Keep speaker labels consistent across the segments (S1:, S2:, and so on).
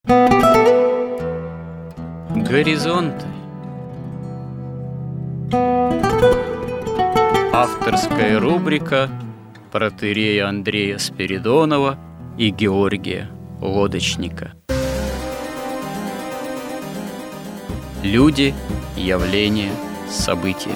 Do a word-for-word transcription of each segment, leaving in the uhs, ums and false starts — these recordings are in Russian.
S1: Горизонты. Авторская рубрика протоиерея Андрея Спиридонова и Георгия Лодочника. Люди, явления, события.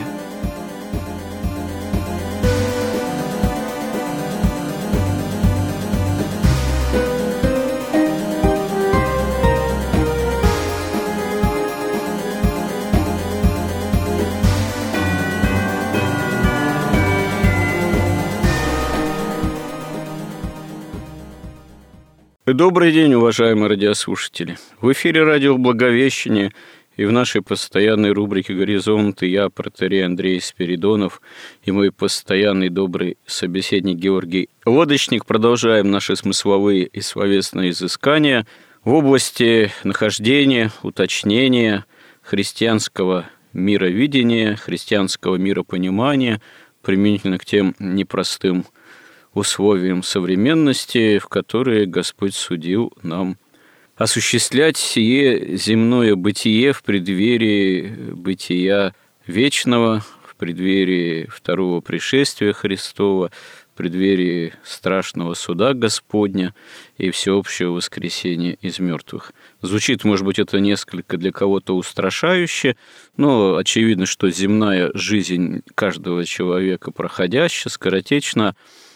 S1: Добрый день, уважаемые радиослушатели. В эфире радио «Благовещение» и в нашей постоянной рубрике «Горизонты» я, протоиерей Андрей Спиридонов, и мой постоянный добрый собеседник Георгий Лодочник продолжаем наши смысловые и словесные изыскания в области нахождения, уточнения христианского мировидения, христианского миропонимания, применительно к тем непростым условиям современности, в которые Господь судил нам осуществлять сие земное бытие в преддверии бытия вечного, в преддверии второго пришествия Христова, в преддверии страшного суда Господня и всеобщего воскресения из мертвых. Звучит, может быть, это несколько для кого-то устрашающе, но очевидно, что земная жизнь каждого человека проходящая, скоротечна,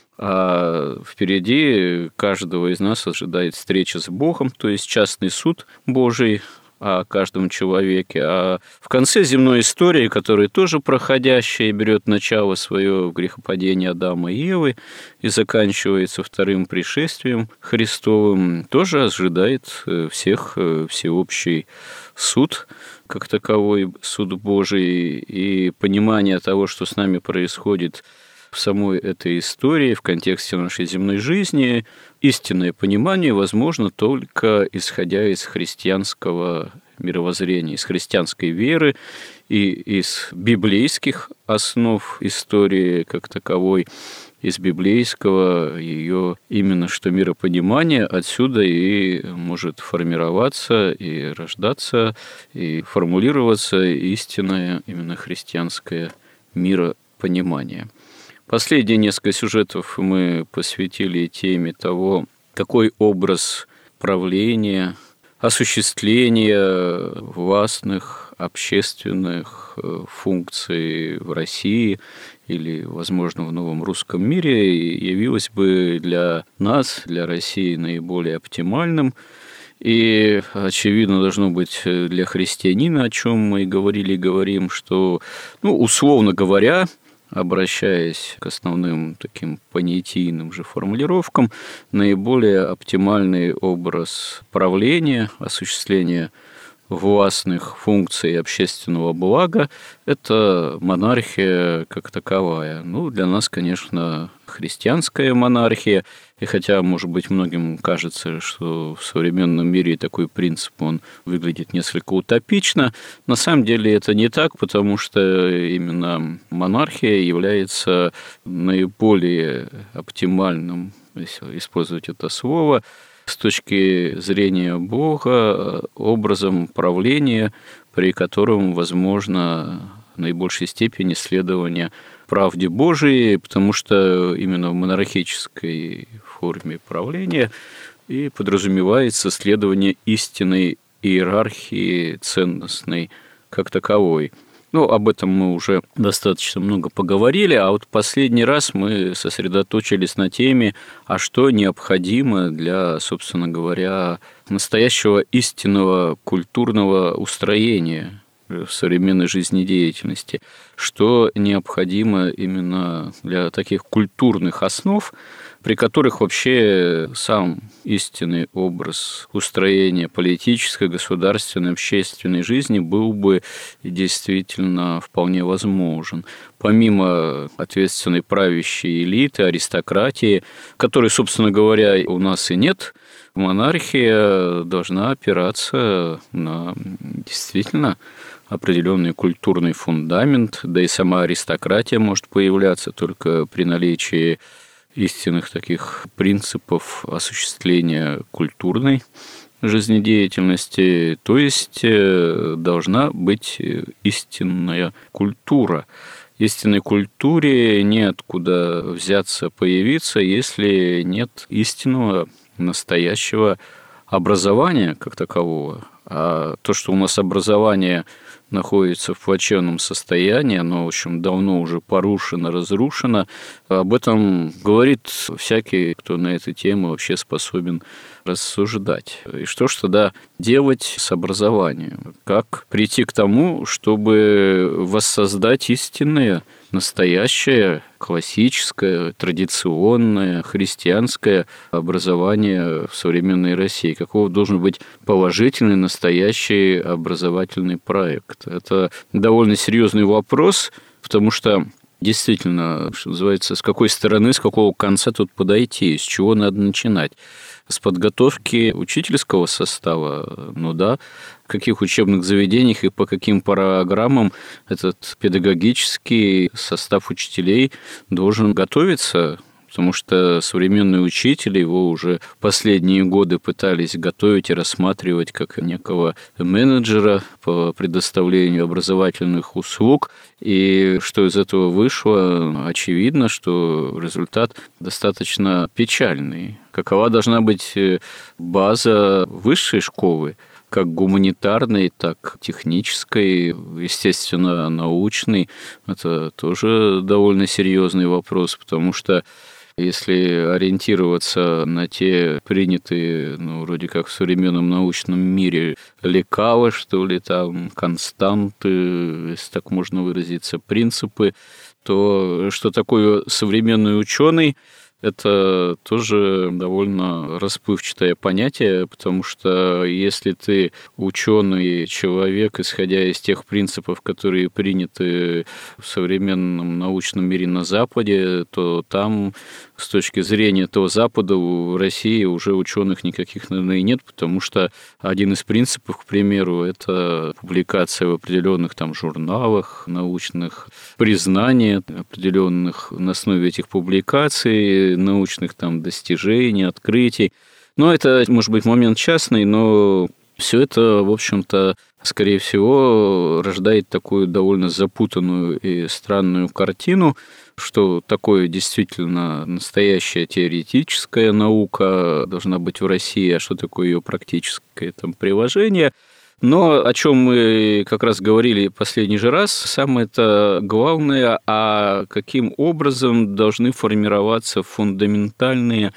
S1: а впереди каждого из нас ожидает встреча с Богом, то есть частный суд Божий о каждом человеке. А в конце земной истории, которая тоже проходящая и берет начало свое в грехопадении Адама и Евы и заканчивается вторым пришествием Христовым, тоже ожидает всех всеобщий суд, как таковой суд Божий, и понимание того, что с нами происходит в самой этой истории, в контексте нашей земной жизни, истинное понимание возможно только исходя из христианского мировоззрения, из христианской веры и из библейских основ истории как таковой, из библейского ее именно что миропонимания отсюда и может формироваться, и рождаться, и формулироваться истинное именно христианское миропонимание. Последние несколько сюжетов мы посвятили теме того, какой образ правления, осуществления властных, общественных функций в России или, возможно, в новом русском мире явилось бы для нас, для России, наиболее оптимальным. И, очевидно, должно быть для христианина, о чем мы и говорили и говорим, что, ну, условно говоря, обращаясь к основным таким понятийным же формулировкам, наиболее оптимальный образ правления, осуществления властных функций общественного блага – это монархия как таковая. Ну, для нас, конечно, христианская монархия, и хотя, может быть, многим кажется, что в современном мире такой принцип, он выглядит несколько утопично, на самом деле это не так, потому что именно монархия является наиболее оптимальным, если использовать это слово, с точки зрения Бога, образом правления, при котором возможно в наибольшей степени следование правде Божией, потому что именно в монархической форме правления и подразумевается следование истинной иерархии ценностной как таковой. Ну, об этом мы уже достаточно много поговорили, а вот последний раз мы сосредоточились на теме, а что необходимо для, собственно говоря, настоящего истинного культурного устроения в современной жизнедеятельности, что необходимо именно для таких культурных основ, при которых вообще сам истинный образ устроения политической, государственной, общественной жизни был бы действительно вполне возможен. Помимо ответственной правящей элиты, аристократии, которой, собственно говоря, у нас и нет, монархия должна опираться на действительно определенный культурный фундамент, да и сама аристократия может появляться только при наличии истинных таких принципов осуществления культурной жизнедеятельности, то есть должна быть истинная культура. Истинной культуре неоткуда взяться, появиться, если нет истинного, настоящего образования как такового. А то, что у нас образование находится в плачевном состоянии, оно, в общем, давно уже порушено, разрушено. Об этом говорит всякий, кто на эту тему вообще способен рассуждать. И что ж тогда делать с образованием? Как прийти к тому, чтобы воссоздать истинное, настоящее, классическое, традиционное, христианское образование в современной России? Каков должен быть положительный, настоящий образовательный проект? Это довольно серьезный вопрос, потому что действительно, что называется, с какой стороны, с какого конца тут подойти, с чего надо начинать? С подготовки учительского состава, ну да, в каких учебных заведениях и по каким программам этот педагогический состав учителей должен готовиться, потому что современные учителя его уже последние годы пытались готовить и рассматривать как некого менеджера по предоставлению образовательных услуг. И что из этого вышло? Очевидно, что результат достаточно печальный. Какова должна быть база высшей школы? Как гуманитарной, так технической, естественно, научной. Это тоже довольно серьезный вопрос, потому что если ориентироваться на те принятые, ну, вроде как в современном научном мире, лекалы, что ли, там, константы, если так можно выразиться, принципы, то что такое современный ученый? Это тоже довольно расплывчатое понятие, потому что если ты ученый человек, исходя из тех принципов, которые приняты в современном научном мире на Западе, то там с точки зрения этого Запада в России уже ученых никаких, наверное, и нет, потому что один из принципов, к примеру, это публикация в определенных там журналах научных, признание определенных на основе этих публикаций, научных там достижений, открытий. Но это, может быть, момент частный, но все это, в общем-то, скорее всего, рождает такую довольно запутанную и странную картину, что такое действительно настоящая теоретическая наука должна быть в России, а что такое ее практическое там приложение. Но о чем мы как раз говорили последний же раз, самое-то главное, а каким образом должны формироваться фундаментальные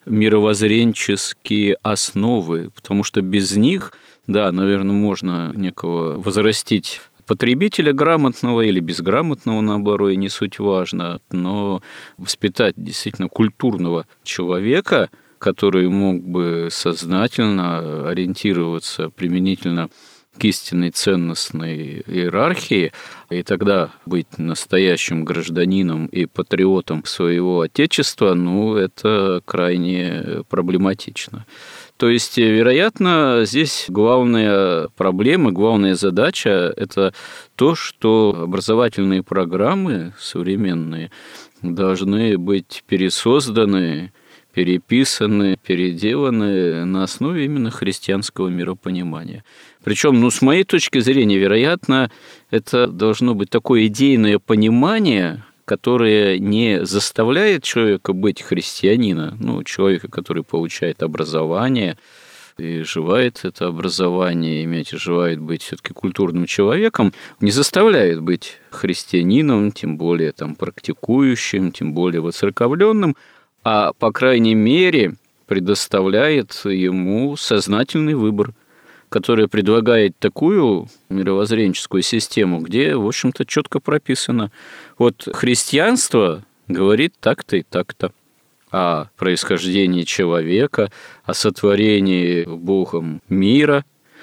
S1: мировоззренческие основы, потому что без них, да, наверное, можно некого возрастить потребителя грамотного или безграмотного, наоборот, не суть важно, но воспитать действительно культурного человека, который мог бы сознательно ориентироваться применительно к истинной ценностной иерархии, и тогда быть настоящим гражданином и патриотом своего Отечества, ну, это крайне проблематично. То есть, вероятно, здесь главная проблема, главная задача – это то, что образовательные программы современные должны быть пересозданы, переписаны, переделаны на основе именно христианского миропонимания. Причем, ну, с моей точки зрения, вероятно, это должно быть такое идейное понимание, которое не заставляет человека быть христианином, ну, человека, который получает образование, и желает это образование иметь, и желает быть все-таки культурным человеком, не заставляет быть христианином, тем более там, практикующим, тем более воцерковленным, а, по крайней мере, предоставляет ему сознательный выбор, который предлагает такую мировоззренческую систему, где, в общем-то, четко прописано. Вот христианство говорит так-то и так-то о происхождении человека, о сотворении Богом мира,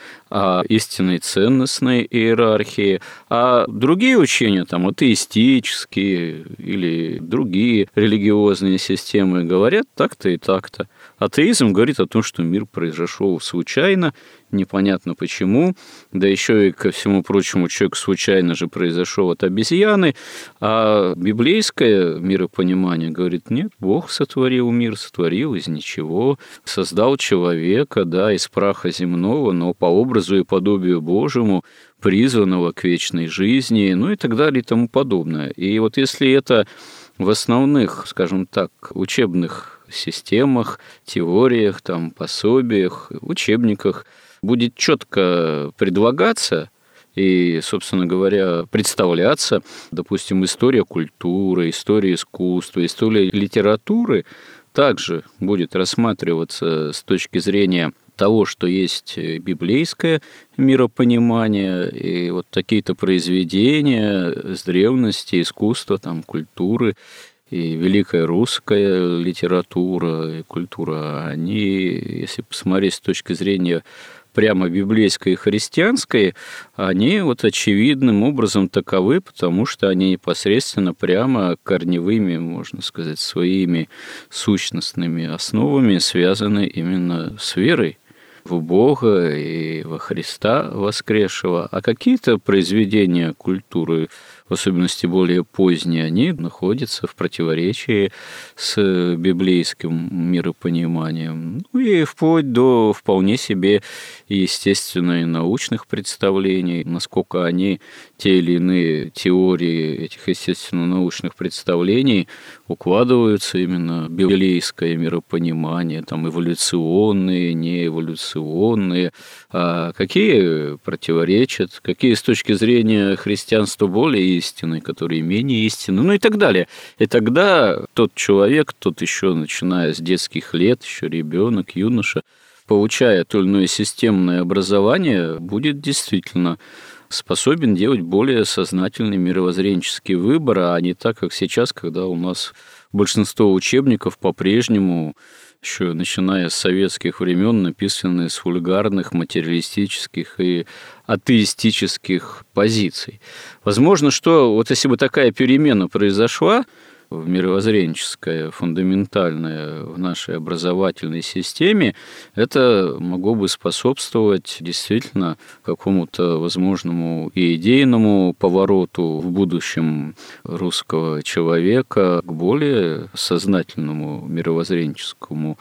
S1: о истинной ценностной иерархии, а другие учения, там, атеистические или другие религиозные системы говорят так-то и так-то. Атеизм говорит о том, что мир произошел случайно, непонятно почему, да еще и ко всему прочему человек случайно же произошел от обезьяны, а библейское миропонимание говорит, нет, Бог сотворил мир, сотворил из ничего, создал человека, да, из праха земного, но по образу и подобию Божьему, призванного к вечной жизни, ну и так далее и тому подобное. И вот если это в основных, скажем так, учебных системах, теориях, там, пособиях, учебниках будет четко предлагаться и, собственно говоря, представляться, допустим, история культуры, история искусства, история литературы, также будет рассматриваться с точки зрения того, что есть библейское миропонимание, и вот такие-то произведения с древности, искусства, там, культуры, и великая русская литература и культура, они, если посмотреть с точки зрения прямо библейской и христианской, они вот очевидным образом таковы, потому что они непосредственно прямо корневыми, можно сказать, своими сущностными основами связаны именно с верой в Бога и во Христа воскресшего. А какие-то произведения культуры, в особенности более поздние, они находятся в противоречии с библейским миропониманием. Ну и вплоть до вполне себе естественно научных представлений, насколько они, те или иные теории этих естественно-научных представлений, укладываются именно в библейское миропонимание, там эволюционные, неэволюционные, а какие противоречат, какие с точки зрения христианства более истины, которые менее истины, ну и так далее. И тогда тот человек, тот еще начиная с детских лет, еще ребенок, юноша, получая то или иное системное образование, будет действительно способен делать более сознательный мировоззренческий выбор, а не так, как сейчас, когда у нас большинство учебников по-прежнему, еще начиная с советских времен, написаны с вульгарных, материалистических и атеистических позиций. Возможно, что вот если бы такая перемена произошла, в мировоззренческое, фундаментальное в нашей образовательной системе, это могло бы способствовать действительно какому-то возможному и идейному повороту в будущем русского человека к более сознательному мировоззренческому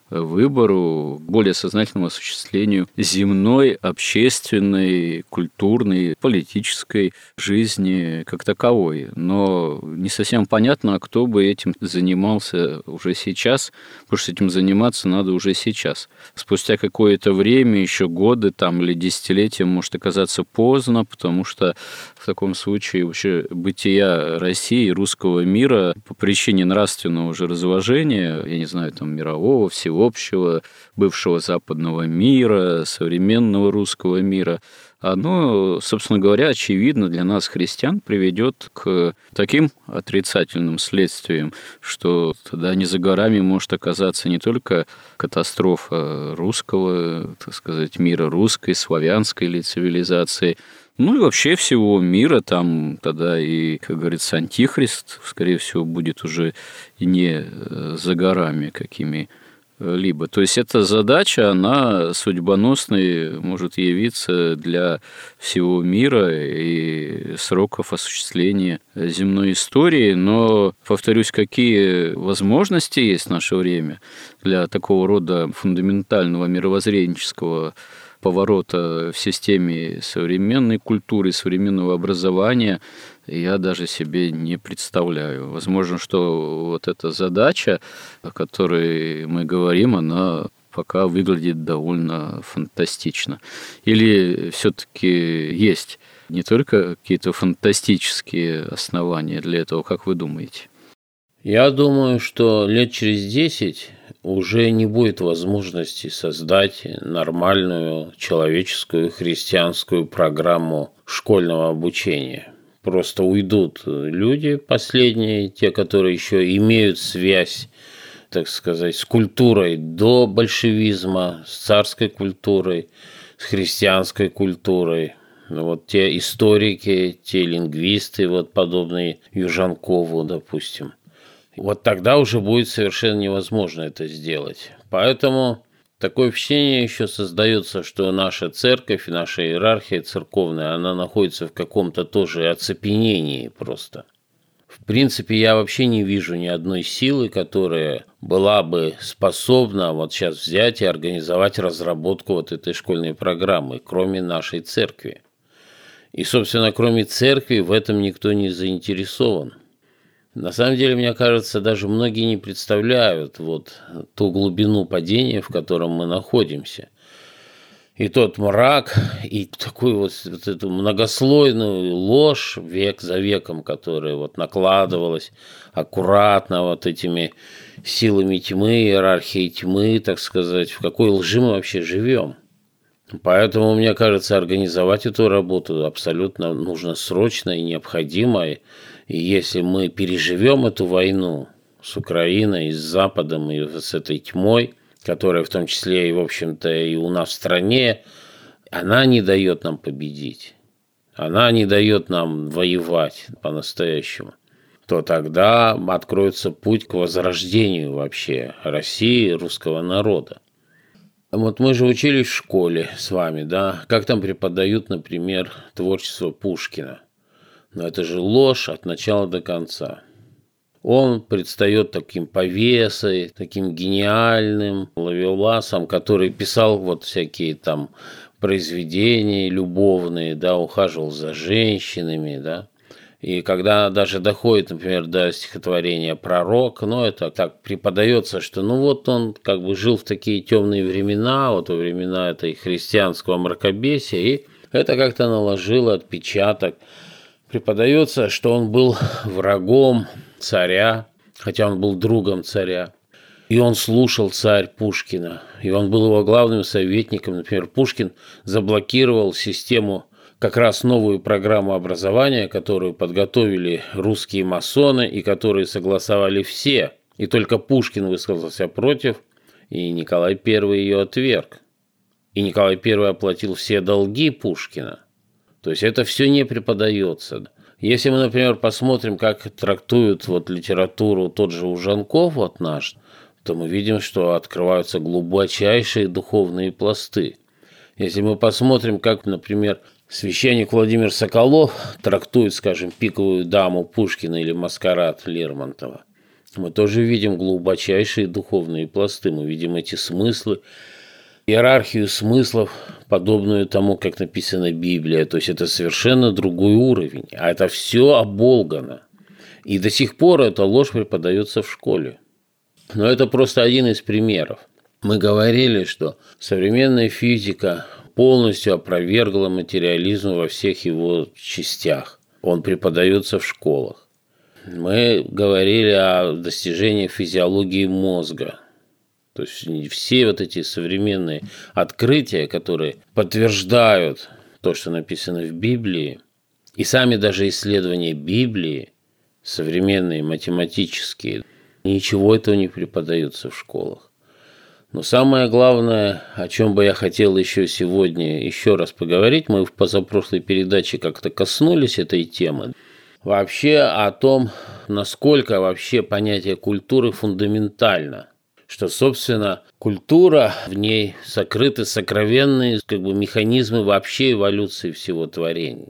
S1: выбору, более сознательному осуществлению земной, общественной, культурной, политической жизни как таковой. Но не совсем понятно, кто бы этим занимался уже сейчас, потому что этим заниматься надо уже сейчас. Спустя какое-то время, еще годы там, или десятилетия, может оказаться поздно, потому что в таком случае вообще бытия России, русского мира по причине нравственного уже разложения, я не знаю, там, мирового, всего общего, бывшего западного мира, современного русского мира, оно, собственно говоря, очевидно для нас, христиан, приведет к таким отрицательным следствиям, что тогда не за горами может оказаться не только катастрофа русского, так сказать, мира, русской, славянской или цивилизации, ну и вообще всего мира, там тогда и, как говорится, антихрист, скорее всего, будет уже и не за горами какими либо. То есть эта задача, она судьбоносной может явиться для всего мира и сроков осуществления земной истории, но, повторюсь, какие возможности есть в наше время для такого рода фундаментального мировоззренческого поворота в системе современной культуры, современного образования, я даже себе не представляю. Возможно, что вот эта задача, о которой мы говорим, она пока выглядит довольно фантастично. Или все-таки есть не только какие-то фантастические основания для этого, как вы думаете?
S2: Я думаю, что лет через десять уже не будет возможности создать нормальную человеческую христианскую программу школьного обучения. Просто уйдут люди последние, те, которые еще имеют связь, так сказать, с культурой до большевизма, с царской культурой, с христианской культурой. Вот те историки, те лингвисты, вот подобные Южанкову, допустим. Вот тогда уже будет совершенно невозможно это сделать. Поэтому такое впечатление еще создается, что наша церковь, наша иерархия церковная, она находится в каком-то тоже оцепенении просто. В принципе, я вообще не вижу ни одной силы, которая была бы способна вот сейчас взять и организовать разработку вот этой школьной программы, кроме нашей церкви. И, собственно, кроме церкви в этом никто не заинтересован. На самом деле, мне кажется, даже многие не представляют вот ту глубину падения, в котором мы находимся. И тот мрак, и такую вот, вот эту многослойную ложь век за веком, которая вот накладывалась аккуратно вот этими силами тьмы, иерархией тьмы, так сказать, в какой лжи мы вообще живем. Поэтому, мне кажется, организовать эту работу абсолютно нужно срочно и необходимо. И если мы переживем эту войну с Украиной, и с Западом, и с этой тьмой, которая в том числе и, в общем-то, и у нас в стране, она не дает нам победить. Она не дает нам воевать по-настоящему. То тогда откроется путь к возрождению вообще России, русского народа. Вот мы же учились в школе с вами, да, как там преподают, например, творчество Пушкина. Но это же ложь от начала до конца. Он предстает таким повесой, таким гениальным ловеласом, который писал вот всякие там произведения любовные, да, ухаживал за женщинами, да. И когда даже доходит, например, до стихотворения «Пророк», ну, это так преподается, что ну вот он как бы жил в такие темные времена, вот во времена этой христианского мракобесия, и это как-то наложило отпечаток. Преподается, что он был врагом царя, хотя он был другом царя. И он слушал царь Пушкина, и он был его главным советником. Например, Пушкин заблокировал систему, как раз новую программу образования, которую подготовили русские масоны и которую согласовали все. И только Пушкин высказался против, и Николай Первый ее отверг. И Николай Первый оплатил все долги Пушкина. То есть это все не преподается. Если мы, например, посмотрим, как трактуют вот литературу тот же Ужанков, вот наш, то мы видим, что открываются глубочайшие духовные пласты. Если мы посмотрим, как, например, священник Владимир Соколов трактует, скажем, «Пиковую даму» Пушкина или «Маскарад» Лермонтова, мы тоже видим глубочайшие духовные пласты, мы видим эти смыслы, иерархию смыслов, подобную тому, как написана Библия. То есть это совершенно другой уровень, а это все оболгано. И до сих пор эта ложь преподается в школе. Но это просто один из примеров. Мы говорили, что современная физика полностью опровергла материализм во всех его частях. Он преподается в школах. Мы говорили о достижениях физиологии мозга. То есть все вот эти современные открытия, которые подтверждают то, что написано в Библии, и сами даже исследования Библии, современные, математические, ничего этого не преподается в школах. Но самое главное, о чем бы я хотел еще сегодня еще раз поговорить, мы в позапрошлой передаче как-то коснулись этой темы, вообще о том, насколько вообще понятие культуры фундаментально. Что, собственно, культура, в ней сокрыты сокровенные как бы, механизмы вообще эволюции всего творения.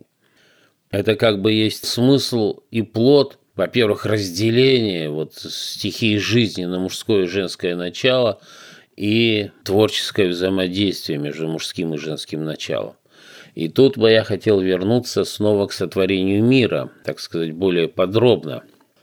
S2: Это как бы есть смысл и плод, во-первых, разделения вот, стихии жизни на мужское и женское начало и творческое взаимодействие между мужским и женским началом. И тут бы я хотел вернуться снова к сотворению мира, так сказать, более подробно.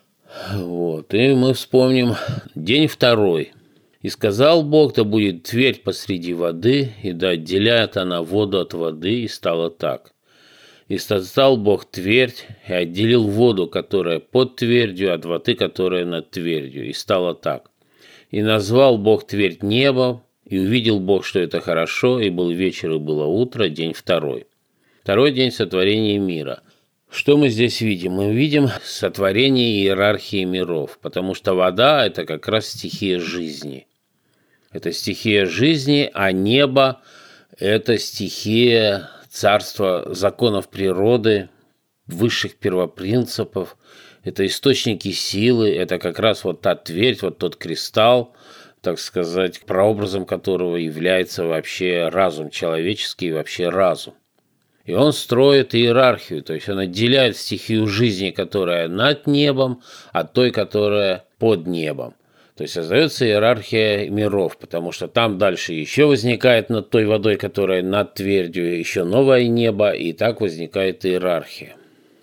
S2: Вот. И мы вспомним день второй. «И сказал Бог, да будет твердь посреди воды, и да отделяет она воду от воды, и стало так. И создал Бог твердь, и отделил воду, которая под твердью, от воды, которая над твердью, и стало так. И назвал Бог твердь небом, и увидел Бог, что это хорошо, и был вечер, и было утро, день второй». Второй день сотворения мира. Что мы здесь видим? Мы видим сотворение иерархии миров, потому что вода – это как раз стихия жизни. Это стихия жизни, а небо – это стихия царства законов природы, высших первопринципов, это источники силы, это как раз вот та твердь, вот тот кристалл, так сказать, прообразом которого является вообще разум человеческий, вообще разум. И он строит иерархию, то есть он отделяет стихию жизни, которая над небом, от той, которая под небом. То есть создается иерархия миров, потому что там дальше еще возникает над той водой, которая над твердью, еще новое небо, и так возникает иерархия.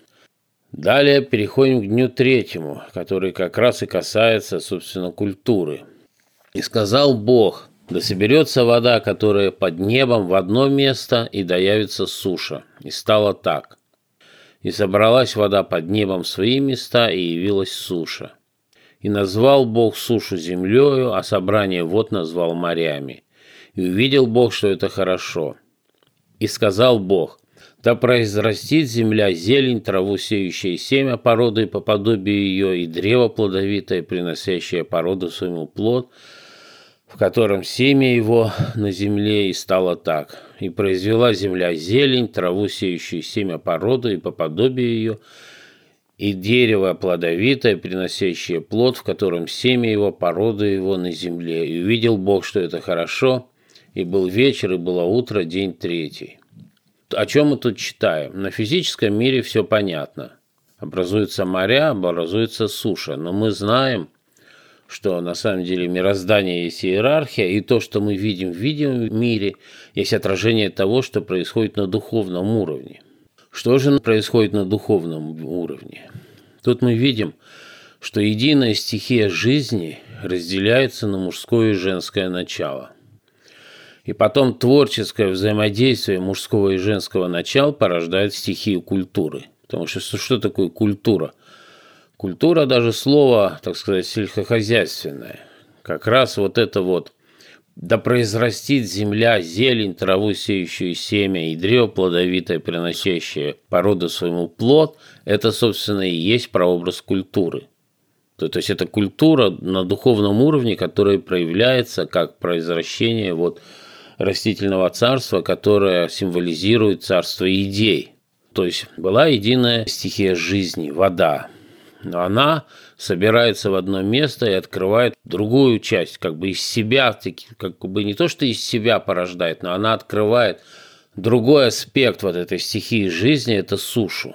S2: Далее переходим к дню третьему, который как раз и касается, собственно, культуры. «И сказал Бог: да соберется вода, которая под небом, в одно место, и доявится суша. И стало так. И собралась вода под небом в свои места, и явилась суша. И назвал Бог сушу землею, а собрание вод назвал морями. И увидел Бог, что это хорошо. И сказал Бог: да произрастит земля зелень, траву сеющая семя породы по подобию ее, и древо плодовитое, приносящее породу своему плод, в котором семя его на земле, и стало так. И произвела земля зелень, траву сеющую семя породу и по подобию ее, и дерево плодовитое, приносящее плод, в котором семя его, породу его на земле. И увидел Бог, что это хорошо, и был вечер, и было утро, день третий». О чем мы тут читаем? На физическом мире все понятно. Образуются моря, образуется суша. Но мы знаем, что на самом деле мироздание есть иерархия, и то, что мы видим в видимом мире, есть отражение того, что происходит на духовном уровне. Что же происходит на духовном уровне? Тут мы видим, что единая стихия жизни разделяется на мужское и женское начало. И потом творческое взаимодействие мужского и женского начала порождает стихию культуры. Потому что что такое культура? Культура, даже слово, так сказать, сельскохозяйственное. Как раз вот это вот «да произрастит земля зелень, траву сеющую семя, и древо плодовитое, приносящее породу своему плод», это, собственно, и есть прообраз культуры. То, то есть это культура на духовном уровне, которая проявляется как произращение вот растительного царства, которое символизирует царство идей. То есть была единая стихия жизни – вода. Но она собирается в одно место и открывает другую часть, как бы из себя, как бы не то, что из себя порождает, но она открывает другой аспект вот этой стихии жизни – это сушу.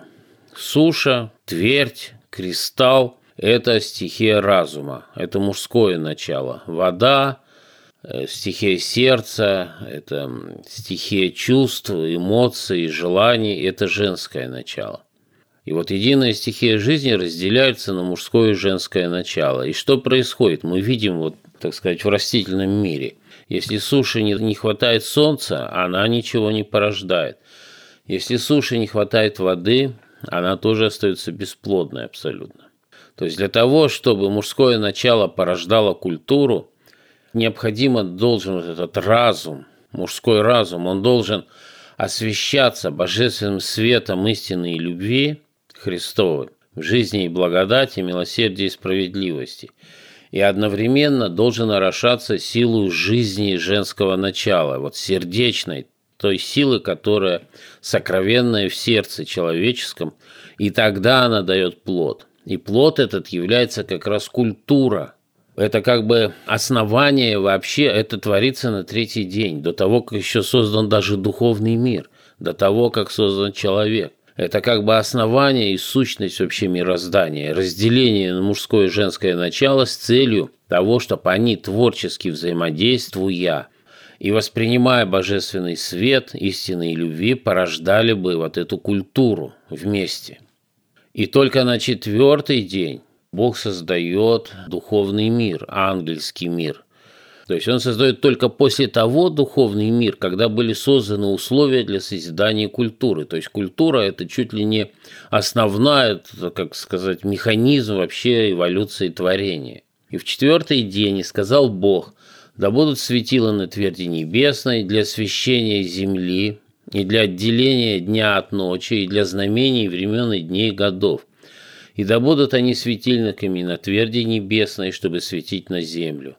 S2: Суша, твердь, кристалл – это стихия разума, это мужское начало. Вода – стихия сердца, это стихия чувств, эмоций, желаний – это женское начало. И вот единая стихия жизни разделяется на мужское и женское начало. И что происходит? Мы видим, вот, так сказать, в растительном мире. Если суше не, не хватает солнца, она ничего не порождает. Если суше не хватает воды, она тоже остается бесплодной абсолютно. То есть для того, чтобы мужское начало порождало культуру, необходимо должен вот этот разум, мужской разум, он должен освещаться божественным светом истины и любви Христовой в жизни и благодати, милосердии и справедливости. И одновременно должен орошаться силой жизни женского начала, вот сердечной, той силы, которая сокровенная в сердце человеческом, и тогда она дает плод. И плод этот является как раз культура. Это как бы основание вообще, это творится на третий день, до того, как еще создан даже духовный мир, до того, как создан человек. Это как бы основание и сущность вообще мироздания, разделение на мужское и женское начало с целью того, чтобы они творчески взаимодействуя и воспринимая божественный свет, истины и любви, порождали бы вот эту культуру вместе. И только на четвертый день Бог создает духовный мир, ангельский мир. То есть он создает только после того духовный мир, когда были созданы условия для созидания культуры. То есть культура – это чуть ли не основной, как сказать, механизм вообще эволюции творения. И в четвертый день и сказал Бог: да будут светила на тверди небесной для освещения земли и для отделения дня от ночи и для знамений времен и дней годов. И да будут они светильниками на тверди небесной, чтобы светить на землю.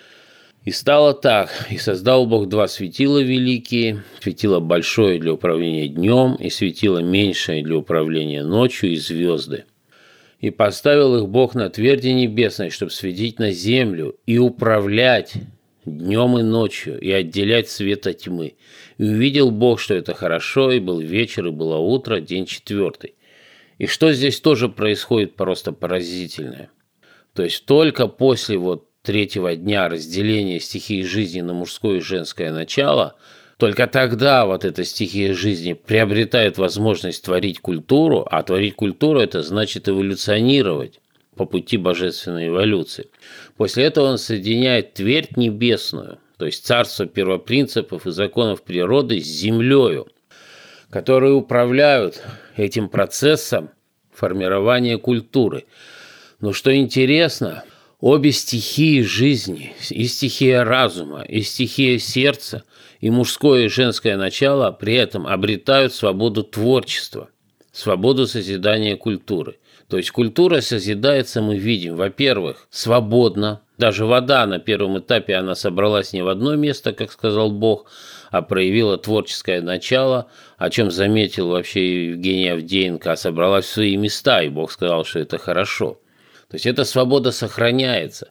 S2: И стало так, и создал Бог два светила великие, светило большое для управления днем, и светило меньшее для управления ночью, и звезды. И поставил их Бог на тверди небесной, чтобы светить на землю и управлять днем и ночью, и отделять свет от тьмы. И увидел Бог, что это хорошо, и был вечер, и было утро, день четвертый. И что здесь тоже происходит просто поразительное. То есть только после вот третьего дня разделения стихии жизни на мужское и женское начало, только тогда вот эта стихия жизни приобретает возможность творить культуру, а творить культуру – это значит эволюционировать по пути божественной эволюции. После этого он соединяет твердь небесную, то есть царство первопринципов и законов природы, с землею, которые управляют этим процессом формирования культуры. Но что интересно, обе стихии жизни, и стихия разума, и стихия сердца, и мужское и женское начало при этом обретают свободу творчества, свободу созидания культуры. То есть культура созидается, мы видим, во-первых, свободно. Даже вода на первом этапе, она собралась не в одно место, как сказал Бог, а проявила творческое начало, о чем заметил вообще Евгений Авдеенко, а собралась в свои места, и Бог сказал, что это хорошо. То есть эта свобода сохраняется.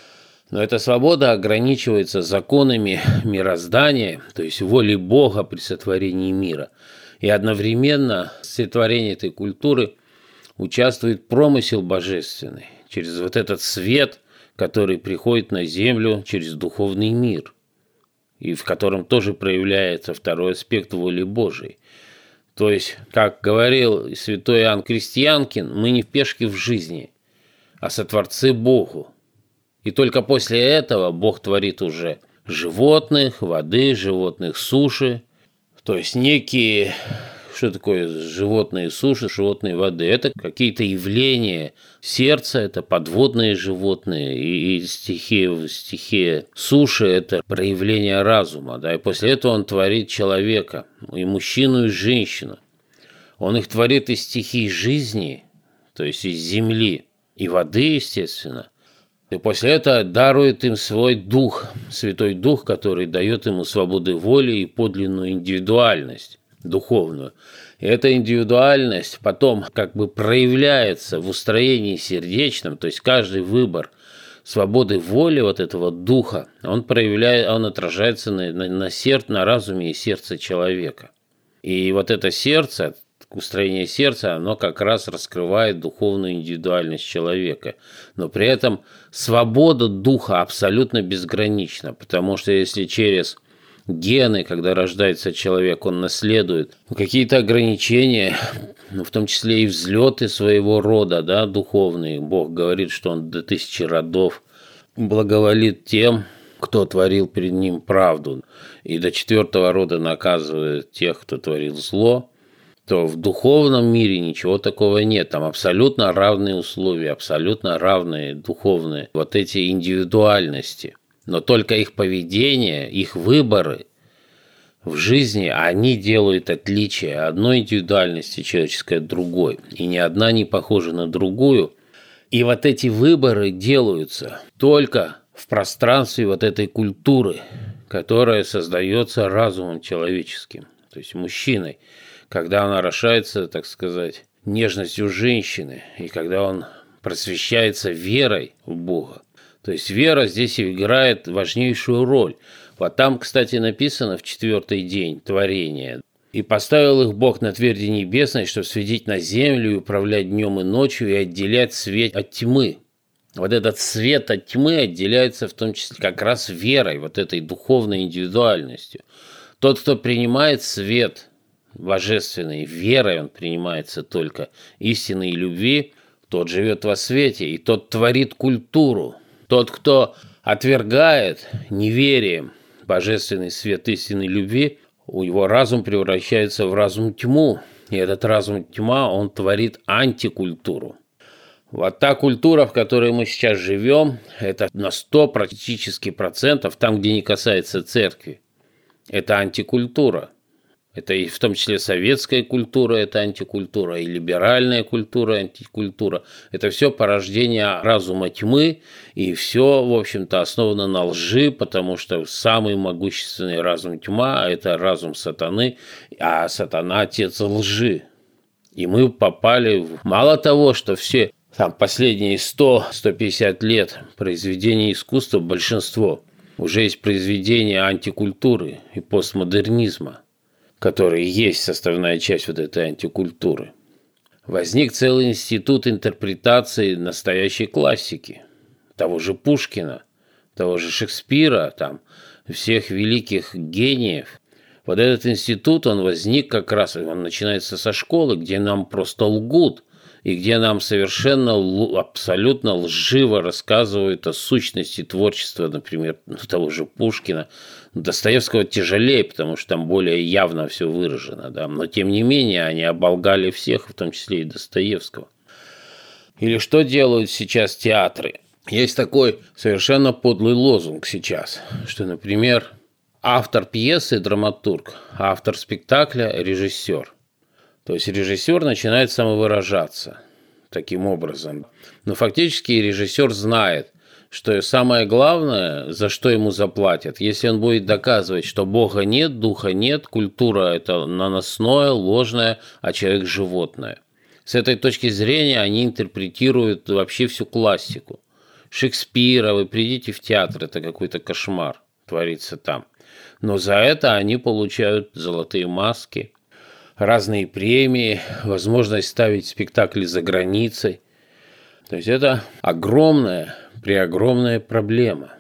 S2: Но эта свобода ограничивается законами мироздания, то есть волей Бога при сотворении мира. И одновременно в сотворении этой культуры участвует промысел божественный через вот этот свет, который приходит на землю через духовный мир, и в котором тоже проявляется второй аспект воли Божией. То есть, как говорил святой Иоанн Крестьянкин, мы не пешки в жизни, а сотворцы Богу. И только после этого Бог творит уже животных, воды, животных суши, то есть некие... Что такое животные суши, животные воды? Это какие-то явления сердца, это подводные животные, и, и стихия, стихия суши – это проявление разума. Да? И после этого он творит человека, и мужчину, и женщину. Он их творит из стихий жизни, то есть из земли, и воды, естественно. И после этого дарует им свой дух, Святой Дух, который дает ему свободу воли и подлинную индивидуальность духовную. И эта индивидуальность потом как бы проявляется в устроении сердечном, то есть каждый выбор свободы воли вот этого духа, он проявляет, он отражается на, на, на, сердце, на разуме и сердце человека. И вот это сердце, устроение сердца, оно как раз раскрывает духовную индивидуальность человека. Но при этом свобода духа абсолютно безгранична, потому что если через гены, когда рождается человек, он наследует какие-то ограничения, в том числе и взлеты своего рода, да, духовные. Бог говорит, что он до тысячи родов благоволит тем, кто творил перед ним правду, и до четвертого рода наказывает тех, кто творил зло, то в духовном мире ничего такого нет. Там абсолютно равные условия, абсолютно равные духовные вот эти индивидуальности. Но только их поведение, их выборы в жизни, они делают отличие одной индивидуальности человеческой от другой. И ни одна не похожа на другую. И вот эти выборы делаются только в пространстве вот этой культуры, которая создается разумом человеческим, то есть мужчиной, когда он орошается, так сказать, нежностью женщины, и когда он просвещается верой в Бога. То есть вера здесь играет важнейшую роль. Вот там, кстати, написано в четвертый день творения. «И поставил их Бог на тверди небесной, чтобы светить на землю и управлять днем и ночью, и отделять свет от тьмы». Вот этот свет от тьмы отделяется в том числе как раз верой, вот этой духовной индивидуальностью. Тот, кто принимает свет божественный, верой он принимается только истины и любви, тот живет во свете, и тот творит культуру. Тот, кто отвергает неверием божественный свет истинной любви, у его разум превращается в разум тьму. И этот разум тьма, он творит антикультуру. Вот та культура, в которой мы сейчас живем, это на сто практически процентов, там, где не касается церкви, это антикультура. Это и в том числе советская культура, это антикультура, и либеральная культура, антикультура. Это все порождение разума тьмы, и все, в общем-то, основано на лжи, потому что самый могущественный разум тьма – это разум сатаны, а сатана – отец лжи. И мы попали в... Мало того, что все там последние сто - сто пятьдесят лет произведений искусства большинство. Уже есть произведения антикультуры и постмодернизма, которые есть составная часть вот этой антикультуры. Возник целый институт интерпретации настоящей классики, того же Пушкина, того же Шекспира, там, всех великих гениев. Вот этот институт, он возник как раз, он начинается со школы, где нам просто лгут, и где нам совершенно абсолютно лживо рассказывают о сущности творчества, например, того же Пушкина. Достоевского тяжелее, потому что там более явно все выражено, да? Но тем не менее они оболгали всех, в том числе и Достоевского. Или что делают сейчас театры? Есть такой совершенно подлый лозунг сейчас, что, например, автор пьесы – драматург, а автор спектакля – режиссер. То есть режиссер начинает самовыражаться таким образом. Но фактически режиссер знает, что самое главное, за что ему заплатят, если он будет доказывать, что Бога нет, Духа нет, культура – это наносное, ложное, а человек – животное. С этой точки зрения они интерпретируют вообще всю классику. Шекспира, вы придите в театр, это какой-то кошмар творится там. Но за это они получают золотые маски, разные премии, возможность ставить спектакли за границей. То есть это огромная, преогромная проблема.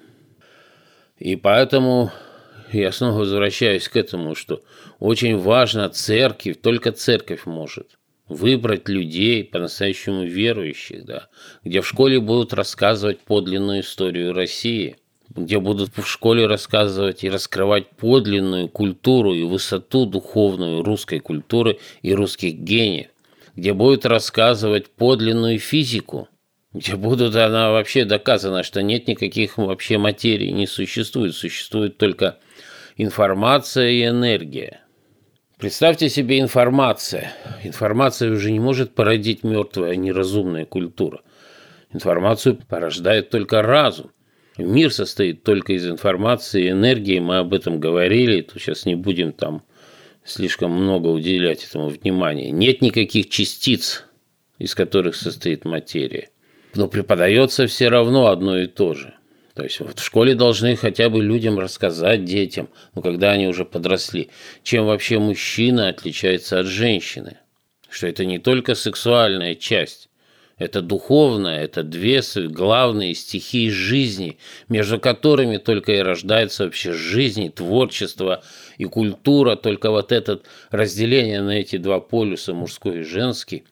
S2: И поэтому я снова возвращаюсь к этому, что очень важно церковь, только церковь может выбрать людей, по-настоящему верующих, да, где в школе будут рассказывать подлинную историю России, где будут в школе рассказывать и раскрывать подлинную культуру и высоту духовную русской культуры и русских гениев, где будут рассказывать подлинную физику, где будут, она вообще доказана, что нет никаких вообще материй, не существует, существует только информация и энергия. Представьте себе информация. Информация уже не может породить мертвая неразумная культура. Информацию порождает только разум. Мир состоит только из информации и энергии, мы об этом говорили, то сейчас не будем там слишком много уделять этому внимания. Нет никаких частиц, из которых состоит материя. Но преподается все равно одно и то же. То есть вот в школе должны хотя бы людям рассказать, детям, ну, когда они уже подросли, чем вообще мужчина отличается от женщины. Что это не только сексуальная часть, это духовная, это две главные стихии жизни, между которыми только и рождается вообще жизнь, творчество и культура. Только вот это разделение на эти два полюса, мужской и женский,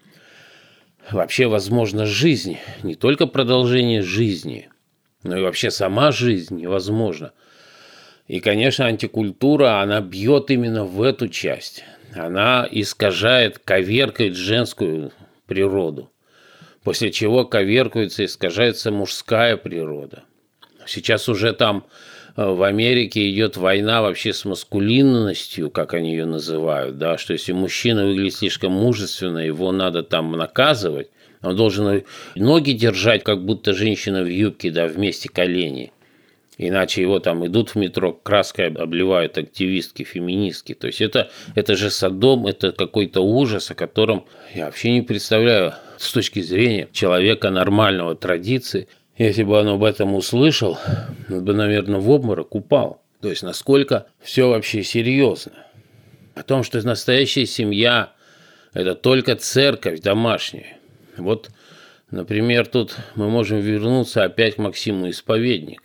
S2: вообще возможно жизнь, не только продолжение жизни, но и вообще сама жизнь невозможна. И, конечно, антикультура, она бьет именно в эту часть. Она искажает, коверкает женскую природу, после чего коверкуется, искажается мужская природа. Сейчас уже там в Америке идет война вообще с маскулинностью, как они ее называют, да, что если мужчина выглядит слишком мужественно, его надо там наказывать, он должен ноги держать, как будто женщина в юбке, да, вместе колени. Иначе его там идут в метро, краской обливают активистки, феминистки. То есть это, это же Содом, это какой-то ужас, о котором я вообще не представляю с точки зрения человека нормального, традиции. Если бы он об этом услышал, он бы, наверное, в обморок упал. То есть насколько все вообще серьезно. О том, что настоящая семья – это только церковь домашняя. Вот, например, тут мы можем вернуться опять к Максиму Исповедника.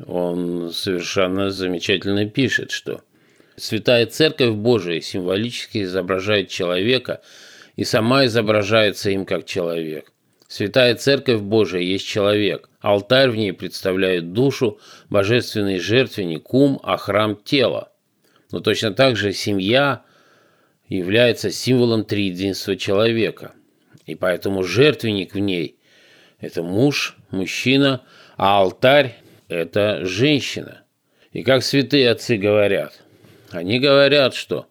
S2: Он совершенно замечательно пишет, что «Святая Церковь Божия символически изображает человека и сама изображается им как человек. Святая Церковь Божия есть человек, алтарь в ней представляет душу, божественный жертвенник – ум, а храм – тело. Но точно так же семья является символом триединства человека. И поэтому жертвенник в ней – это муж, мужчина, а алтарь – это женщина. И как святые отцы говорят, они говорят, что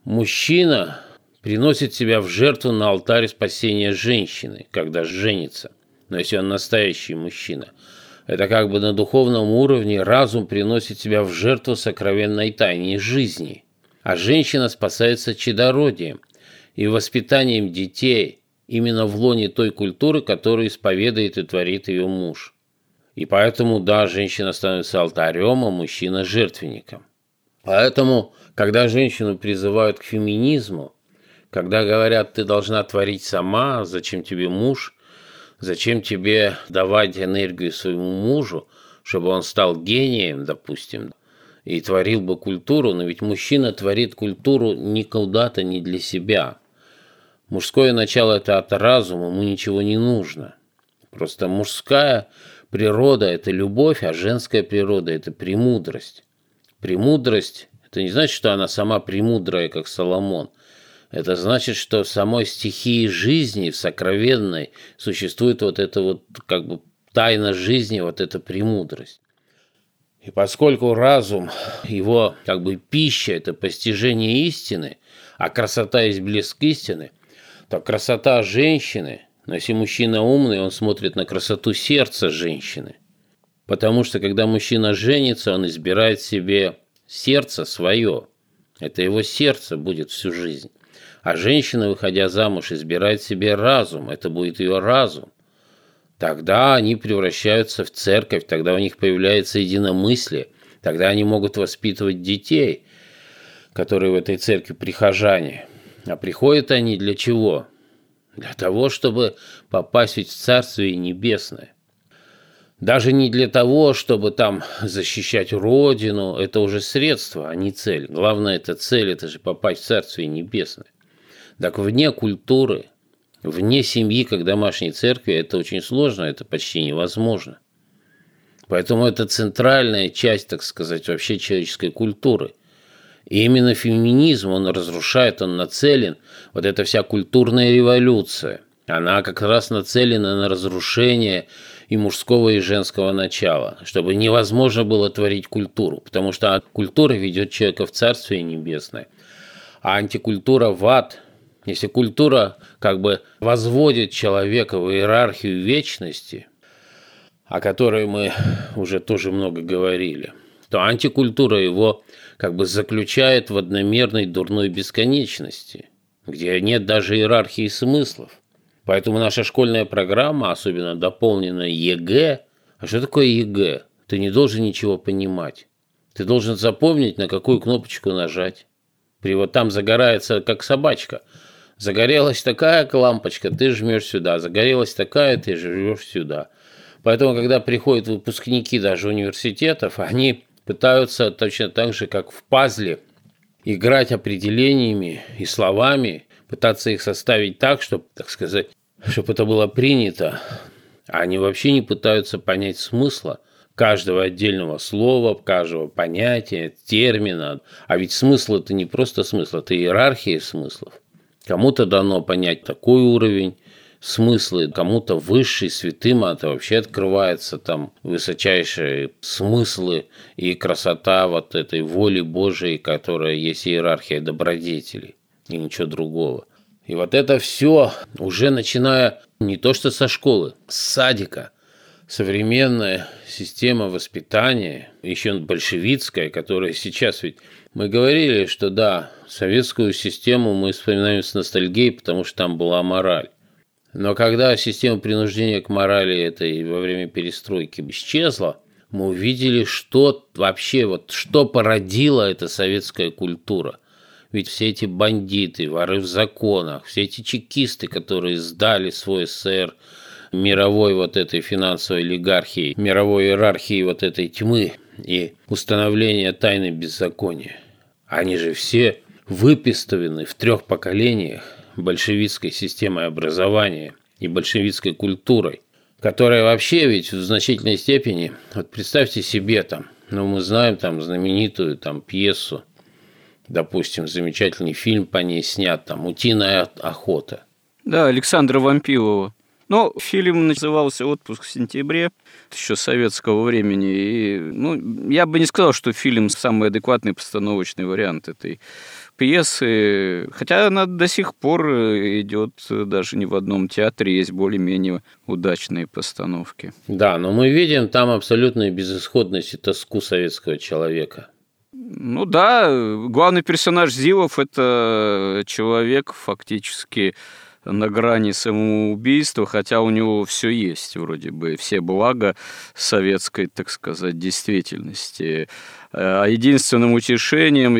S2: мужчина приносит себя в жертву на алтарь спасения женщины, когда женится. Но если он настоящий мужчина, это как бы на духовном уровне разум приносит себя в жертву сокровенной тайне жизни. А женщина спасается чадородием и воспитанием детей, именно в лоне той культуры, которую исповедует и творит ее муж. И поэтому, да, женщина становится алтарем, а мужчина – жертвенником. Поэтому, когда женщину призывают к феминизму, когда говорят, ты должна творить сама, зачем тебе муж, зачем тебе давать энергию своему мужу, чтобы он стал гением, допустим, и творил бы культуру, но ведь мужчина творит культуру не куда-то, не для себя. Мужское начало – это от разума, ему ничего не нужно. Просто мужская природа – это любовь, а женская природа – это премудрость. Премудрость – это не значит, что она сама премудрая, как Соломон. Это значит, что в самой стихии жизни, в сокровенной, существует вот эта вот как бы тайна жизни, вот эта премудрость. И поскольку разум, его как бы пища – это постижение истины, а красота есть блеск истины, то красота женщины, но если мужчина умный, он смотрит на красоту сердца женщины. Потому что когда мужчина женится, он избирает себе сердце свое. Это его сердце будет всю жизнь. А женщина, выходя замуж, избирает себе разум. Это будет ее разум. Тогда они превращаются в церковь, тогда у них появляется единомыслие, тогда они могут воспитывать детей, которые в этой церкви прихожане. А приходят они для чего? Для того, чтобы попасть в Царствие Небесное. Даже не для того, чтобы там защищать Родину, это уже средство, а не цель. Главное, это цель, это же попасть в Царствие Небесное. Так вне культуры, вне семьи, как домашней церкви, это очень сложно, это почти невозможно. Поэтому это центральная часть, так сказать, вообще человеческой культуры. И именно феминизм, он разрушает, он нацелен, вот эта вся культурная революция, она как раз нацелена на разрушение и мужского, и женского начала, чтобы невозможно было творить культуру, потому что культура ведет человека в Царствие Небесное, а антикультура в ад. Если культура как бы возводит человека в иерархию вечности, о которой мы уже тоже много говорили, то антикультура его как бы заключает в одномерной дурной бесконечности, где нет даже иерархии смыслов. Поэтому наша школьная программа, особенно дополненная ЕГЭ, а что такое ЕГЭ? Ты не должен ничего понимать. Ты должен запомнить, на какую кнопочку нажать. При вот там загорается, как собачка. Загорелась такая лампочка, ты жмешь сюда. Загорелась такая, ты жмешь сюда. Поэтому, когда приходят выпускники даже университетов, они пытаются точно так же, как в пазле, играть определениями и словами, пытаться их составить так, чтобы, так сказать, чтобы это было принято. А они вообще не пытаются понять смысла каждого отдельного слова, каждого понятия, термина. А ведь смысл – это не просто смысл, это иерархия смыслов. Кому-то дано понять такой уровень смысла, кому-то высший, святым, а это вообще открывается там высочайшие смыслы и красота вот этой воли Божией, которая есть иерархия добродетелей и ничего другого. И вот это все уже начиная не то что со школы, с садика. Современная система воспитания, еще большевистская, которая сейчас ведь... Мы говорили, что да, советскую систему мы вспоминаем с ностальгией, потому что там была мораль. Но когда система принуждения к морали этой во время перестройки исчезла, мы увидели, что вообще, вот, что породила эта советская культура. Ведь все эти бандиты, воры в законах, все эти чекисты, которые сдали свой СССР мировой вот этой финансовой олигархии, мировой иерархии вот этой тьмы и установления тайны беззакония, они же все выпистованы в трех поколениях большевистской системой образования и большевистской культурой, которая вообще ведь в значительной степени, вот представьте себе там, ну мы знаем там знаменитую там пьесу, допустим, замечательный фильм по ней снят, там «Утиная охота».
S1: Да, Александра Вампилова. Но фильм назывался «Отпуск в сентябре», еще советского времени. И, ну, я бы не сказал, что фильм самый адекватный постановочный вариант этой пьесы. Хотя она до сих пор идет даже не в одном театре, есть более-менее удачные постановки.
S2: Да, но мы видим там абсолютную безысходность и тоску советского человека.
S1: Ну да, главный персонаж Зилов – это человек фактически на грани самоубийства, хотя у него все есть, вроде бы, все блага советской, так сказать, действительности. А единственным утешением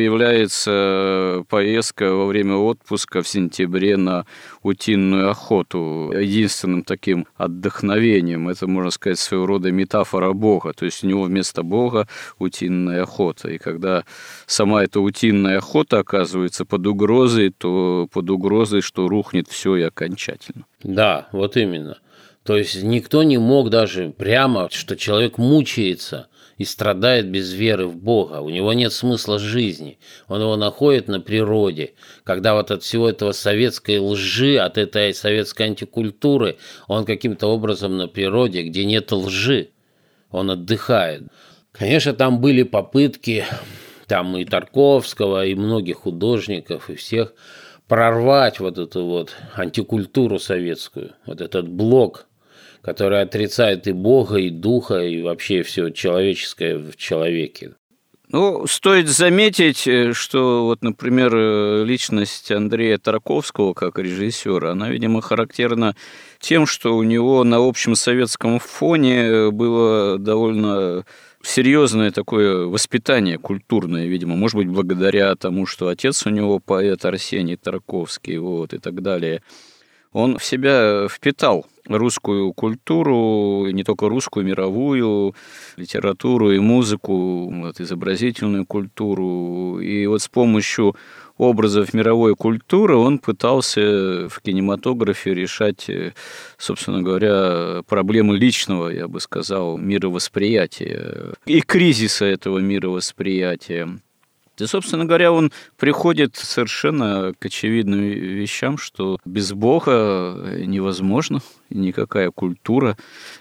S1: является поездка во время отпуска в сентябре на утиную охоту. Единственным таким отдохновением, это, можно сказать, своего рода метафора Бога. То есть у него вместо Бога утиная охота. И когда сама эта утиная охота оказывается под угрозой, то под угрозой, что рухнет все и окончательно.
S2: Да, вот именно. То есть никто не мог даже прямо, что человек мучается и страдает без веры в Бога. У него нет смысла жизни. Он его находит на природе. Когда вот от всего этого советской лжи, от этой советской антикультуры, он каким-то образом на природе, где нет лжи, он отдыхает. Конечно, там были попытки, там и Тарковского, и многих художников, и всех, прорвать вот эту вот антикультуру советскую, вот этот блок, который отрицает и Бога, и Духа, и вообще все человеческое в человеке.
S1: Ну, стоит заметить, что вот, например, личность Андрея Тарковского как режиссера, она, видимо, характерна тем, что у него на общем советском фоне было довольно серьезное такое воспитание культурное, видимо, может быть, благодаря тому, что отец у него поэт Арсений Тарковский, вот, и так далее. Он в себя впитал русскую культуру, не только русскую, мировую, литературу и музыку, вот, изобразительную культуру. И вот с помощью образов мировой культуры он пытался в кинематографе решать, собственно говоря, проблемы личного, я бы сказал, мировосприятия и кризиса этого мировосприятия. И, собственно говоря, он приходит совершенно к очевидным вещам, что без Бога невозможно никакая культура,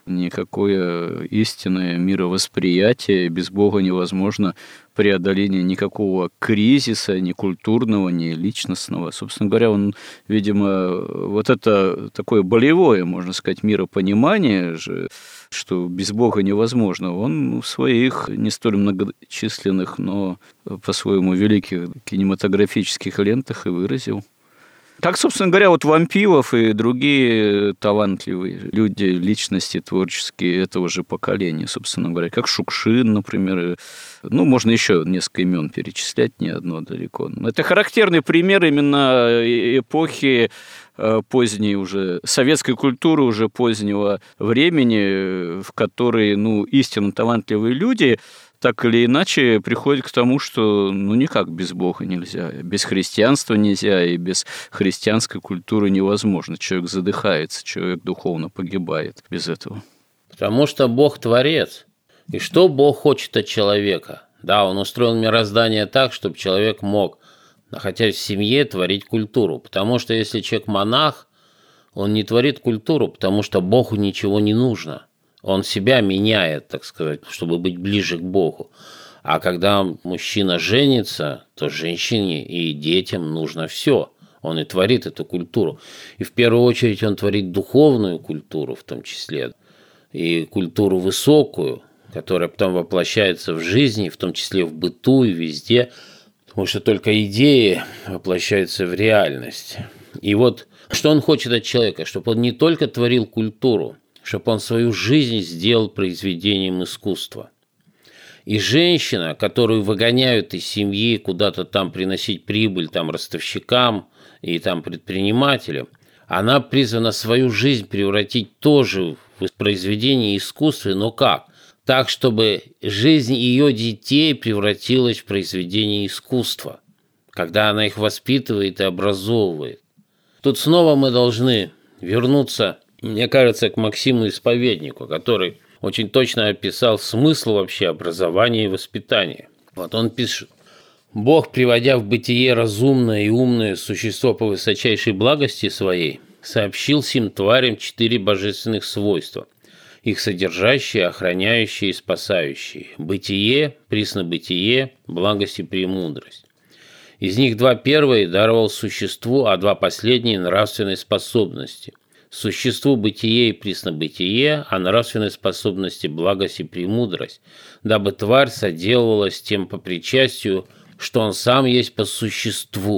S1: никакое истинное мировосприятие. Без Бога невозможно преодоление никакого кризиса, ни культурного, ни личностного. Собственно говоря, он, видимо, вот это такое болевое, можно сказать, миропонимание же, что без Бога невозможно, он в своих не столь многочисленных, но по-своему великих кинематографических лентах и выразил. Так, собственно говоря, вот Вампилов и другие талантливые люди, личности творческие этого же поколения, собственно говоря, как Шукшин, например. Ну, можно еще несколько имен перечислять, не одно далеко. Это характерный пример именно эпохи поздней уже, советской культуры уже позднего времени, в которой, ну, истинно талантливые люди так или иначе приходит к тому, что ну никак без Бога нельзя, без христианства нельзя, и без христианской культуры невозможно. Человек задыхается, человек духовно погибает без этого.
S2: Потому что Бог творец. И что Бог хочет от человека? Да, Он устроил мироздание так, чтобы человек мог, находясь в семье, творить культуру. Потому что если человек монах, он не творит культуру, потому что Богу ничего не нужно. Он себя меняет, так сказать, чтобы быть ближе к Богу. А когда мужчина женится, то женщине и детям нужно все. Он и творит эту культуру. И в первую очередь он творит духовную культуру в том числе. И культуру высокую, которая потом воплощается в жизни, в том числе в быту и везде. Потому что только идеи воплощаются в реальность. И вот что он хочет от человека? Чтобы он не только творил культуру, чтобы он свою жизнь сделал произведением искусства. И женщина, которую выгоняют из семьи куда-то там приносить прибыль там ростовщикам и там предпринимателям, она призвана свою жизнь превратить тоже в произведение искусства, но как? Так, чтобы жизнь ее детей превратилась в произведение искусства, когда она их воспитывает и образовывает. Тут снова мы должны вернуться, мне кажется, к Максиму Исповеднику, который очень точно описал смысл вообще образования и воспитания. Вот он пишет: «Бог, приводя в бытие разумное и умное существо по высочайшей благости своей, сообщил сим тварям четыре божественных свойства, их содержащие, охраняющие и спасающие: бытие, приснобытие, благость и премудрость. Из них два первые даровал существу, а два последние – нравственной способности. Существу бытие и приснобытие, а нравственной способности благость и премудрость, дабы тварь соделывалась тем по причастию, что он сам есть по существу, по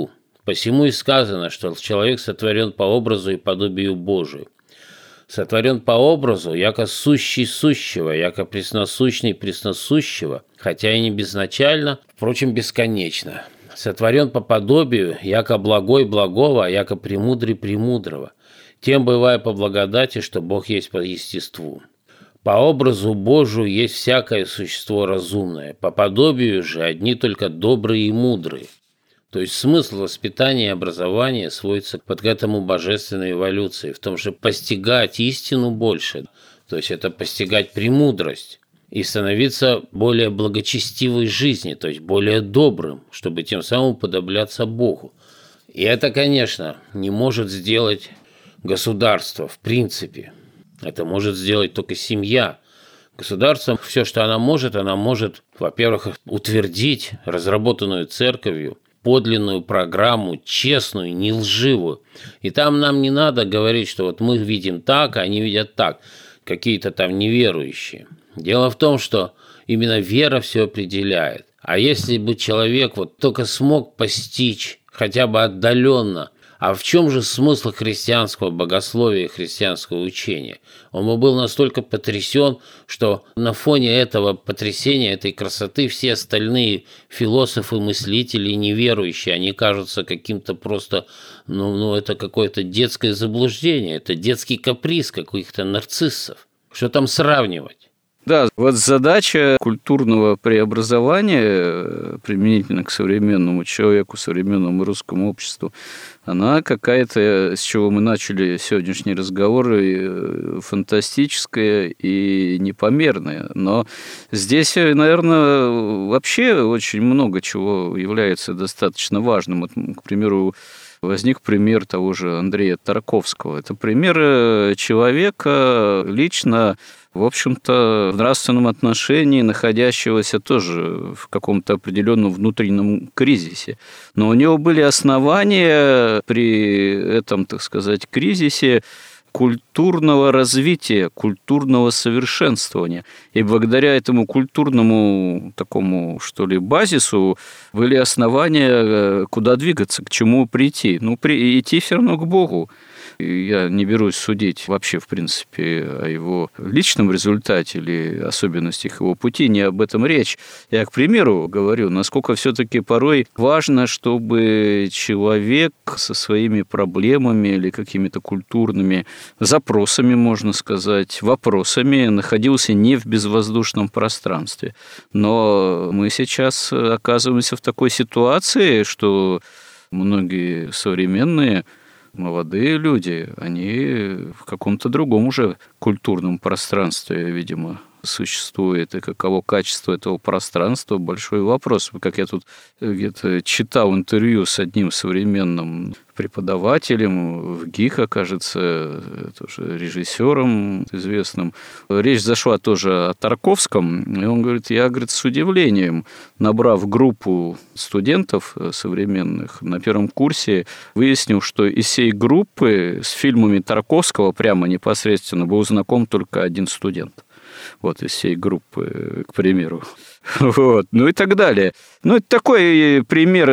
S2: Посему и сказано, что человек сотворен по образу и подобию Божию. Сотворен по образу, яко сущий сущего, яко пресносущный пресносущего, хотя и не безначально, впрочем, бесконечно. Сотворен по подобию, яко благой благого, яко премудрый премудрого, тем бывая по благодати, что Бог есть по естеству. По образу Божию есть всякое существо разумное, по подобию же одни только добрые и мудрые. То есть смысл воспитания и образования сводится под к этому божественной эволюции, в том, что постигать истину больше, то есть это постигать премудрость и становиться более благочестивой жизни, то есть более добрым, чтобы тем самым уподобляться Богу. И это, конечно, не может сделать государство в принципе. Это может сделать только семья. Государство, все, что она может, она может, во-первых, утвердить разработанную церковью подлинную программу, честную, не лживую. И там нам не надо говорить, что вот мы видим так, а они видят так, какие-то там неверующие. Дело в том, что именно вера все определяет. А если бы человек вот только смог постичь хотя бы отдаленно, а в чем же смысл христианского богословия и христианского учения? Он бы был настолько потрясен, что на фоне этого потрясения, этой красоты, все остальные философы, мыслители, неверующие, они кажутся каким-то просто, ну, ну это какое-то детское заблуждение, это детский каприз каких-то нарциссов. Что там сравнивать?
S1: Да, вот задача культурного преобразования применительно к современному человеку, современному русскому обществу, она какая-то, с чего мы начали сегодняшний разговор, фантастическая и непомерная. Но здесь, наверное, вообще очень много чего является достаточно важным. Вот, к примеру, возник пример того же Андрея Тарковского. Это пример человека лично, в общем-то, в нравственном отношении находящегося тоже в каком-то определенном внутреннем кризисе. Но у него были основания при этом, так сказать, кризисе культурного развития, культурного совершенствования. И благодаря этому культурному такому, что ли, базису были основания, куда двигаться, к чему прийти. Ну, при... идти все равно к Богу. Я не берусь судить вообще, в принципе, о его личном результате или особенностях его пути, не об этом речь. Я, к примеру, говорю, насколько все-таки порой важно, чтобы человек со своими проблемами или какими-то культурными запросами, можно сказать, вопросами находился не в безвоздушном пространстве. Но мы сейчас оказываемся в такой ситуации, что многие современные молодые люди, они в каком-то другом уже культурном пространстве, видимо, существует. И каково качество этого пространства – большой вопрос. Как я тут где-то читал интервью с одним современным преподавателем в ГИХа, кажется, тоже режиссером известным. Речь зашла тоже о Тарковском, и он говорит, я, говорит, с удивлением, набрав группу студентов современных на первом курсе, выяснил, что из всей группы с фильмами Тарковского прямо непосредственно был знаком только один студент. Вот, из всей группы, к примеру. Вот, ну и так далее. Ну, это такой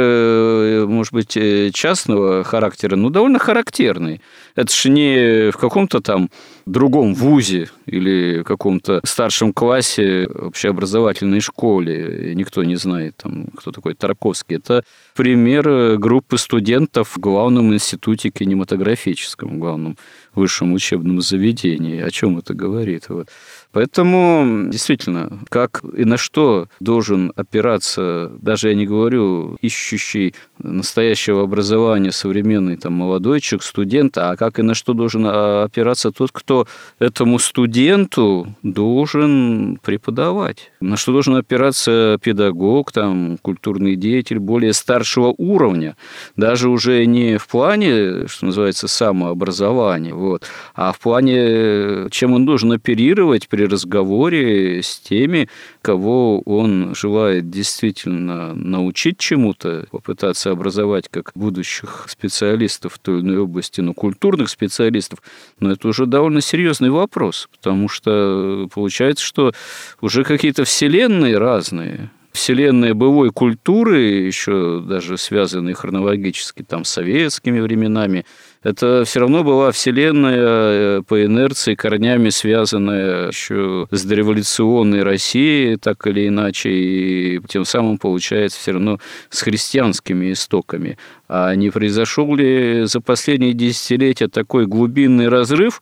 S1: пример, может быть, частного характера, но довольно характерный. Это же не в каком-то там другом вузе или в каком-то старшем классе общеобразовательной школе. Никто не знает, там, кто такой Тарковский. Это пример группы студентов в главном институте кинематографическом, в главном высшем учебном заведении. О чем это говорит? Вот. Поэтому, действительно, как и на что должен опираться, даже я не говорю, ищущий настоящего образования современный там, молодой человек, студент, а как и на что должен опираться тот, кто этому студенту должен преподавать. На что должен опираться педагог, там, культурный деятель более старшего уровня, даже уже не в плане, что называется, самообразования, вот, а в плане, чем он должен оперировать при разговоре с теми, кого он желает действительно научить чему-то, попытаться образовать как будущих специалистов в той или иной области, но культурных специалистов, но это уже довольно серьезный вопрос, потому что получается, что уже какие-то вселенные разные. вселенная былой культуры, еще даже связанной хронологически там, с советскими временами, это все равно была вселенная по инерции, корнями связанная еще с дореволюционной Россией, так или иначе, и тем самым, получается, все равно с христианскими истоками. А не произошел ли за последние десятилетия такой глубинный разрыв,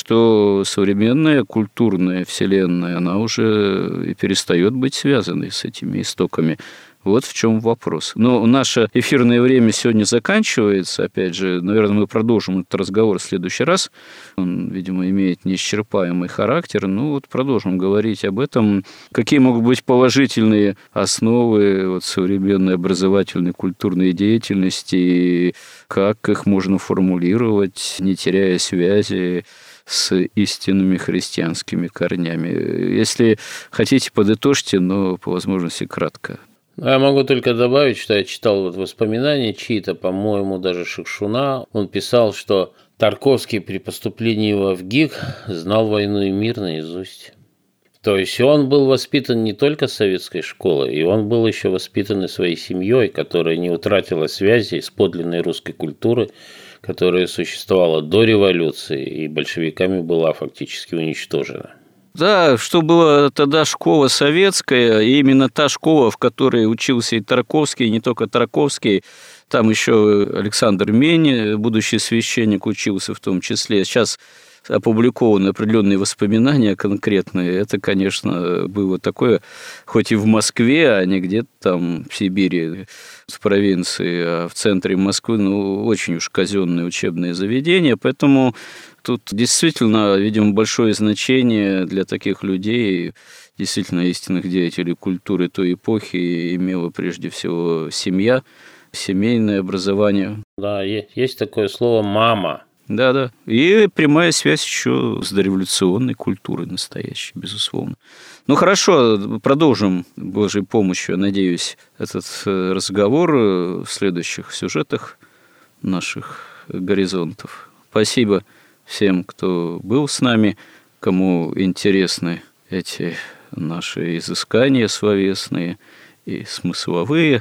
S1: что современная культурная вселенная, она уже и перестает быть связанной с этими истоками? Вот в чем вопрос. Но наше эфирное время сегодня заканчивается. Опять же, наверное, мы продолжим этот разговор в следующий раз. Он, видимо, имеет неисчерпаемый характер. Ну, вот продолжим говорить об этом. Какие могут быть положительные основы вот, современной образовательной культурной деятельности, и как их можно формулировать, не теряя связи с истинными христианскими корнями. Если хотите, подытожьте, но по возможности кратко.
S2: Я могу только добавить, что я читал вот воспоминания чьи-то, по-моему, даже Шукшуна. Он писал, что Тарковский при поступлении в ВГИК знал «Войну и мир» наизусть. То есть он был воспитан не только советской школой, и он был еще воспитан и своей семьей, которая не утратила связи с подлинной русской культурой, которая существовала до революции и большевиками была фактически уничтожена.
S1: Да, что была тогда школа советская, и именно та школа, в которой учился и Тарковский, и не только Тарковский, там еще Александр Мень, будущий священник, учился в том числе. Сейчас опубликованы определенные воспоминания конкретные. Это, конечно, было такое, хоть и в Москве, а не где-то там в Сибири, в провинции, а в центре Москвы, ну, очень уж казенные учебные заведения, поэтому тут действительно, видимо, большое значение для таких людей, действительно истинных деятелей культуры той эпохи, имела прежде всего семья, семейное образование.
S2: Да, есть такое слово «мама».
S1: Да-да. И прямая связь еще с дореволюционной культурой настоящей, безусловно. Ну, хорошо, продолжим, Божьей помощью, я надеюсь, этот разговор в следующих сюжетах наших горизонтов. Спасибо всем, кто был с нами, кому интересны эти наши изыскания словесные и смысловые.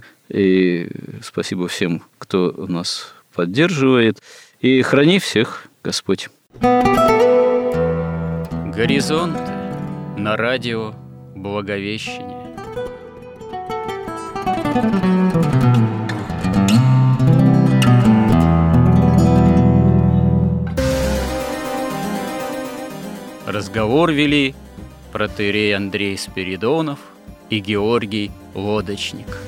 S1: И спасибо всем, кто нас поддерживает. И храни всех Господь.
S3: Горизонт на радио Благовещение. Разговор вели протоиерей Андрей Спиридонов и Георгий Лодочник.